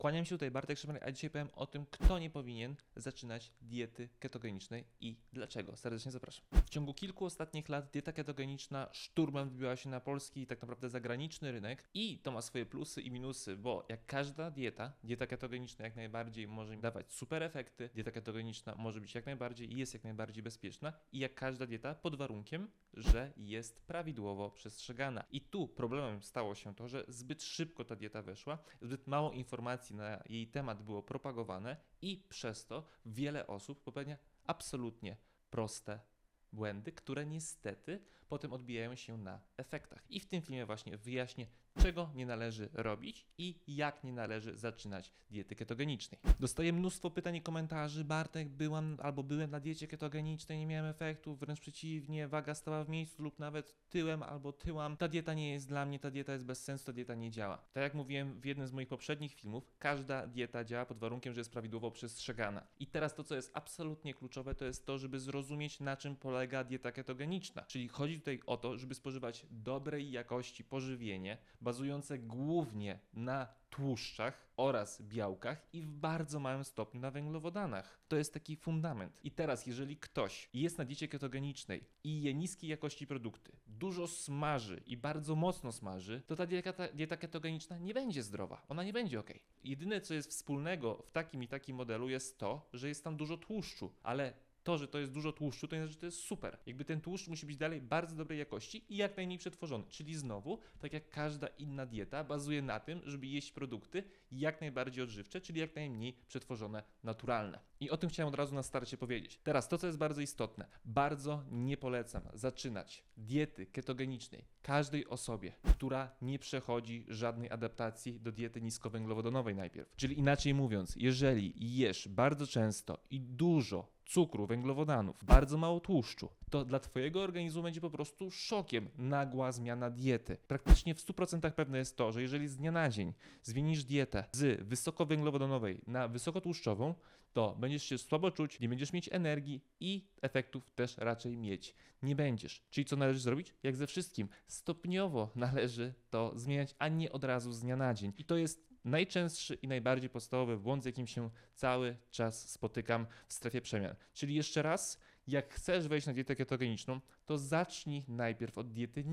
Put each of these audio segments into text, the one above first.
Kłaniam się tutaj, Bartek Szymanek, a dzisiaj powiem o tym, kto nie powinien zaczynać diety ketogenicznej i dlaczego. Serdecznie zapraszam. W ciągu kilku ostatnich lat dieta ketogeniczna szturmem wbiła się na polski i tak naprawdę zagraniczny rynek i to ma swoje plusy i minusy, bo jak każda dieta ketogeniczna jak najbardziej może dawać super efekty, dieta ketogeniczna może być jak najbardziej i jest jak najbardziej bezpieczna i jak każda dieta pod warunkiem, że jest prawidłowo przestrzegana. I tu problemem stało się to, że zbyt szybko ta dieta weszła, zbyt mało informacji na jej temat było propagowane i przez to wiele osób popełnia absolutnie proste błędy, które niestety potem odbijają się na efektach. I w tym filmie właśnie wyjaśnię, czego nie należy robić i jak nie należy zaczynać diety ketogenicznej. Dostaję mnóstwo pytań i komentarzy. Bartek, byłem na diecie ketogenicznej, nie miałem efektów, wręcz przeciwnie, waga stała w miejscu lub nawet tyłem albo tyłam. Ta dieta nie jest dla mnie, ta dieta jest bez sensu, ta dieta nie działa. Tak jak mówiłem w jednym z moich poprzednich filmów, każda dieta działa pod warunkiem, że jest prawidłowo przestrzegana. I teraz to, co jest absolutnie kluczowe, to jest to, żeby zrozumieć, na czym polega dieta ketogeniczna. Czyli chodzi tutaj o to, żeby spożywać dobrej jakości pożywienie, bazujące głównie na tłuszczach oraz białkach i w bardzo małym stopniu na węglowodanach. To jest taki fundament. I teraz, jeżeli ktoś jest na diecie ketogenicznej i je niskiej jakości produkty, dużo smaży i bardzo mocno smaży, to ta dieta ketogeniczna nie będzie zdrowa. Ona nie będzie ok. Jedyne, co jest wspólnego w takim i takim modelu jest to, że jest tam dużo tłuszczu, ale to, że to jest dużo tłuszczu, to nie znaczy, że to jest super. Jakby ten tłuszcz musi być dalej bardzo dobrej jakości i jak najmniej przetworzony. Czyli znowu, tak jak każda inna dieta, bazuje na tym, żeby jeść produkty jak najbardziej odżywcze, czyli jak najmniej przetworzone, naturalne. I o tym chciałem od razu na starcie powiedzieć. Teraz to, co jest bardzo istotne. Bardzo nie polecam zaczynać diety ketogenicznej każdej osobie, która nie przechodzi żadnej adaptacji do diety niskowęglowodanowej najpierw. Czyli inaczej mówiąc, jeżeli jesz bardzo często i dużo cukru, węglowodanów, bardzo mało tłuszczu, to dla Twojego organizmu będzie po prostu szokiem nagła zmiana diety. Praktycznie w 100% pewne jest to, że jeżeli z dnia na dzień zmienisz dietę z wysokowęglowodanowej na wysokotłuszczową, to będziesz się słabo czuć, nie będziesz mieć energii i efektów też raczej mieć nie będziesz. Czyli co należy zrobić? Jak ze wszystkim, stopniowo należy to zmieniać, a nie od razu z dnia na dzień. I to jest najczęstszy i najbardziej podstawowy błąd, z jakim się cały czas spotykam w strefie przemian. Czyli jeszcze raz, jak chcesz wejść na dietę ketogeniczną, to zacznij najpierw od diety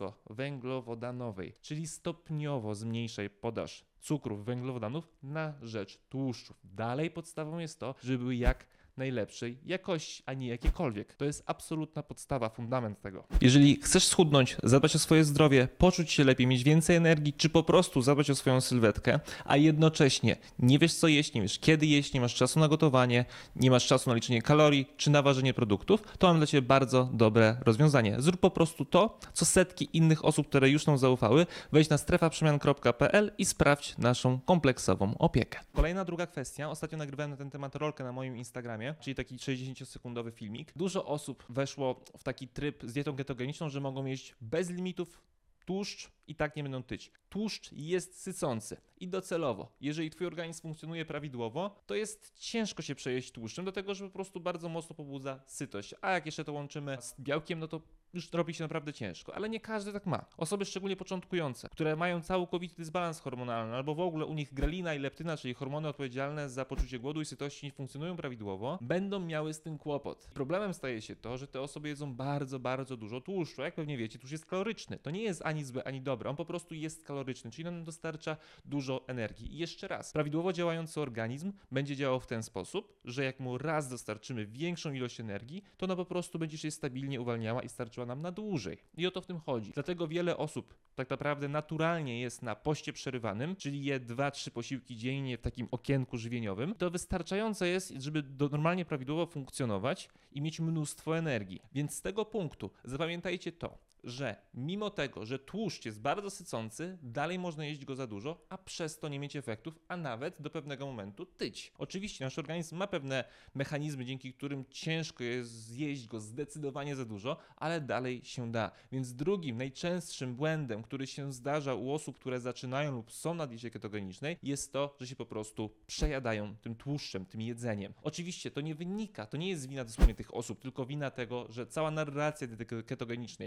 niskowęglowodanowej, czyli stopniowo zmniejszaj podaż cukrów, węglowodanów na rzecz tłuszczów. Dalej podstawą jest to, żeby były jak najlepszej jakości, a nie jakiekolwiek. To jest absolutna podstawa, fundament tego. Jeżeli chcesz schudnąć, zadbać o swoje zdrowie, poczuć się lepiej, mieć więcej energii, czy po prostu zadbać o swoją sylwetkę, a jednocześnie nie wiesz co jeść, nie wiesz kiedy jeść, nie masz czasu na gotowanie, nie masz czasu na liczenie kalorii, czy na ważenie produktów, to mam dla Ciebie bardzo dobre rozwiązanie. Zrób po prostu to, co setki innych osób, które już nam zaufały. Wejdź na strefaprzemian.pl i sprawdź naszą kompleksową opiekę. Kolejna druga kwestia. Ostatnio nagrywałem na ten temat rolkę na moim Instagramie, czyli taki 60-sekundowy filmik. Dużo osób weszło w taki tryb z dietą ketogeniczną, że mogą jeść bez limitów tłuszcz i tak nie będą tyć. Tłuszcz jest sycący i docelowo, jeżeli Twój organizm funkcjonuje prawidłowo, to jest ciężko się przejeść tłuszczem, dlatego że po prostu bardzo mocno pobudza sytość. A jak jeszcze to łączymy z białkiem, no to już robi się naprawdę ciężko, ale nie każdy tak ma. Osoby szczególnie początkujące, które mają całkowity dysbalans hormonalny, albo w ogóle u nich grelina i leptyna, czyli hormony odpowiedzialne za poczucie głodu i sytości, nie funkcjonują prawidłowo, będą miały z tym kłopot. Problemem staje się to, że te osoby jedzą bardzo, bardzo dużo tłuszczu. Jak pewnie wiecie, tłuszcz jest kaloryczny. To nie jest ani zły, ani dobry. On po prostu jest kaloryczny, czyli on dostarcza dużo energii. I jeszcze raz, prawidłowo działający organizm będzie działał w ten sposób, że jak mu raz dostarczymy większą ilość energii, to ona po prostu będzie się stabilnie uwalniała i starczyła nam na dłużej. I o to w tym chodzi. Dlatego wiele osób tak naprawdę naturalnie jest na poście przerywanym, czyli je 2-3 posiłki dziennie w takim okienku żywieniowym. To wystarczające jest, żeby normalnie prawidłowo funkcjonować i mieć mnóstwo energii. Więc z tego punktu zapamiętajcie to, że mimo tego, że tłuszcz jest bardzo sycący, dalej można jeść go za dużo, a przez to nie mieć efektów, a nawet do pewnego momentu tyć. Oczywiście nasz organizm ma pewne mechanizmy, dzięki którym ciężko jest zjeść go zdecydowanie za dużo, ale dalej się da. Więc drugim, najczęstszym błędem, który się zdarza u osób, które zaczynają lub są na diecie ketogenicznej, jest to, że się po prostu przejadają tym tłuszczem, tym jedzeniem. Oczywiście to nie jest wina dosłownie tych osób, tylko wina tego, że cała narracja diety ketogenicznej, która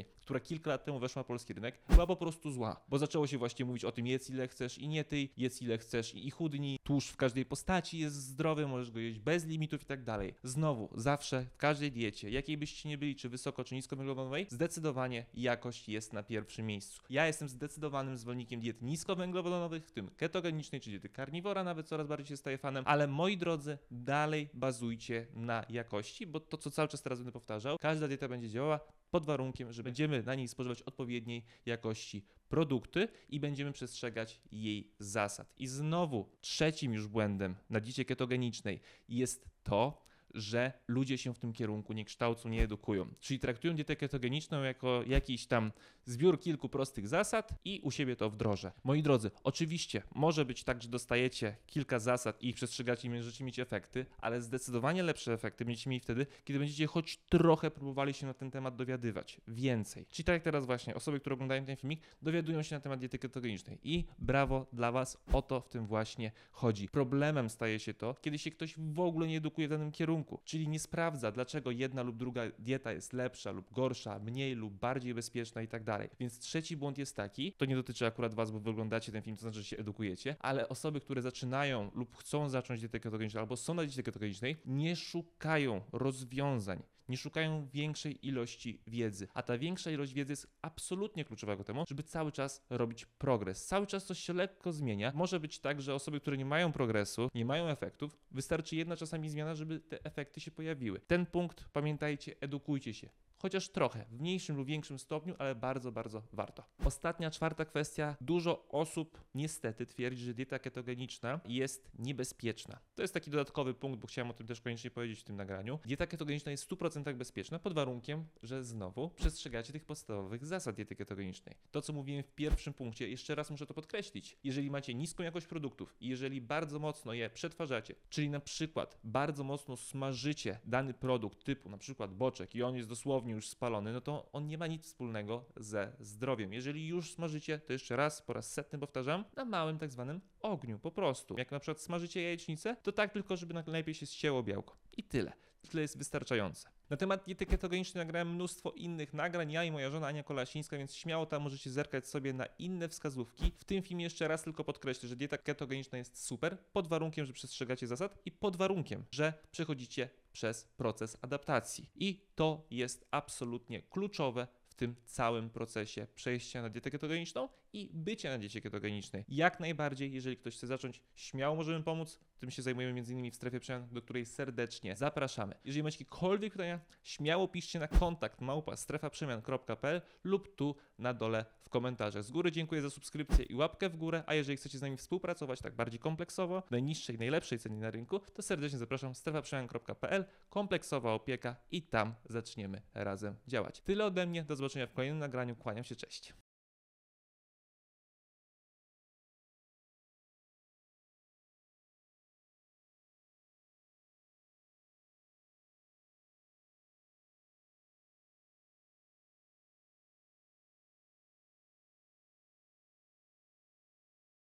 kilka lat temu weszła na polski rynek, była po prostu zła, bo zaczęło się właśnie mówić o tym, jedz ile chcesz i nie tyj, jedz ile chcesz i chudnij, tłuszcz w każdej postaci jest zdrowy, możesz go jeść bez limitów i tak dalej. Znowu, zawsze w każdej diecie, jakiej byście nie byli, czy wysoko, czy niskowęglowodanowej, zdecydowanie jakość jest na pierwszym miejscu. Ja jestem zdecydowanym zwolennikiem diet niskowęglowodanowych, w tym ketogenicznej, czy diety karniwora, nawet coraz bardziej się staję fanem, ale moi drodzy, dalej bazujcie na jakości, bo to, co cały czas teraz będę powtarzał, każda dieta będzie działała pod warunkiem, że będziemy na niej spożywać odpowiedniej jakości produkty i będziemy przestrzegać jej zasad. I znowu trzecim już błędem na diecie ketogenicznej jest to, że ludzie się w tym kierunku nie kształcą, nie edukują. Czyli traktują dietę ketogeniczną jako jakiś tam zbiór kilku prostych zasad i u siebie to wdrożę. Moi drodzy, oczywiście może być tak, że dostajecie kilka zasad i ich przestrzegacie i będziecie mieć efekty, ale zdecydowanie lepsze efekty będziecie mieli wtedy, kiedy będziecie choć trochę próbowali się na ten temat dowiadywać. Więcej. Czyli tak jak teraz właśnie osoby, które oglądają ten filmik, dowiadują się na temat diety ketogenicznej i brawo dla Was, o to w tym właśnie chodzi. Problemem staje się to, kiedy się ktoś w ogóle nie edukuje w danym kierunku. Czyli nie sprawdza, dlaczego jedna lub druga dieta jest lepsza lub gorsza, mniej lub bardziej bezpieczna i tak dalej. Więc trzeci błąd jest taki, to nie dotyczy akurat Was, bo wy oglądacie ten film, to znaczy, że się edukujecie, ale osoby, które zaczynają lub chcą zacząć dietę ketogeniczną albo są na diecie ketogenicznej, nie szukają rozwiązań. Nie szukają większej ilości wiedzy, a ta większa ilość wiedzy jest absolutnie kluczowa ku temu, żeby cały czas robić progres. Cały czas coś się lekko zmienia. Może być tak, że osoby, które nie mają progresu, nie mają efektów, wystarczy jedna czasami zmiana, żeby te efekty się pojawiły. Ten punkt, pamiętajcie, edukujcie się. Chociaż trochę, w mniejszym lub większym stopniu, ale bardzo, bardzo warto. Ostatnia, czwarta kwestia. Dużo osób niestety twierdzi, że dieta ketogeniczna jest niebezpieczna. To jest taki dodatkowy punkt, bo chciałem o tym też koniecznie powiedzieć w tym nagraniu. Dieta ketogeniczna jest w 100% bezpieczna pod warunkiem, że znowu przestrzegacie tych podstawowych zasad diety ketogenicznej. To, co mówiłem w pierwszym punkcie, jeszcze raz muszę to podkreślić. Jeżeli macie niską jakość produktów i jeżeli bardzo mocno je przetwarzacie, czyli na przykład bardzo mocno smażycie dany produkt typu na przykład boczek i on jest dosłownie już spalony, no to on nie ma nic wspólnego ze zdrowiem. Jeżeli już smażycie, to jeszcze raz, po raz setny powtarzam, na małym tak zwanym ogniu, po prostu. Jak na przykład smażycie jajecznicę, to tak tylko, żeby najlepiej się ścięło białko. I tyle. Tyle jest wystarczające. Na temat diety ketogenicznej nagrałem mnóstwo innych nagrań, ja i moja żona Ania Kolasińska, więc śmiało tam możecie zerkać sobie na inne wskazówki. W tym filmie jeszcze raz tylko podkreślę, że dieta ketogeniczna jest super, pod warunkiem, że przestrzegacie zasad i pod warunkiem, że przechodzicie przez proces adaptacji. I to jest absolutnie kluczowe w tym całym procesie przejścia na dietę ketogeniczną i bycia na diecie ketogenicznej. Jak najbardziej, jeżeli ktoś chce zacząć, śmiało możemy pomóc. Tym się zajmujemy m.in. w strefie przemian, do której serdecznie zapraszamy. Jeżeli macie jakiekolwiek pytania, śmiało piszcie na kontakt @strefaprzemian.pl lub tu na dole w komentarzach. Z góry dziękuję za subskrypcję i łapkę w górę, a jeżeli chcecie z nami współpracować tak bardziej kompleksowo, w najniższej, najlepszej cenie na rynku, to serdecznie zapraszam strefaprzemian.pl, kompleksowa opieka i tam zaczniemy razem działać. Tyle ode mnie, do zobaczenia w kolejnym nagraniu, kłaniam się, cześć.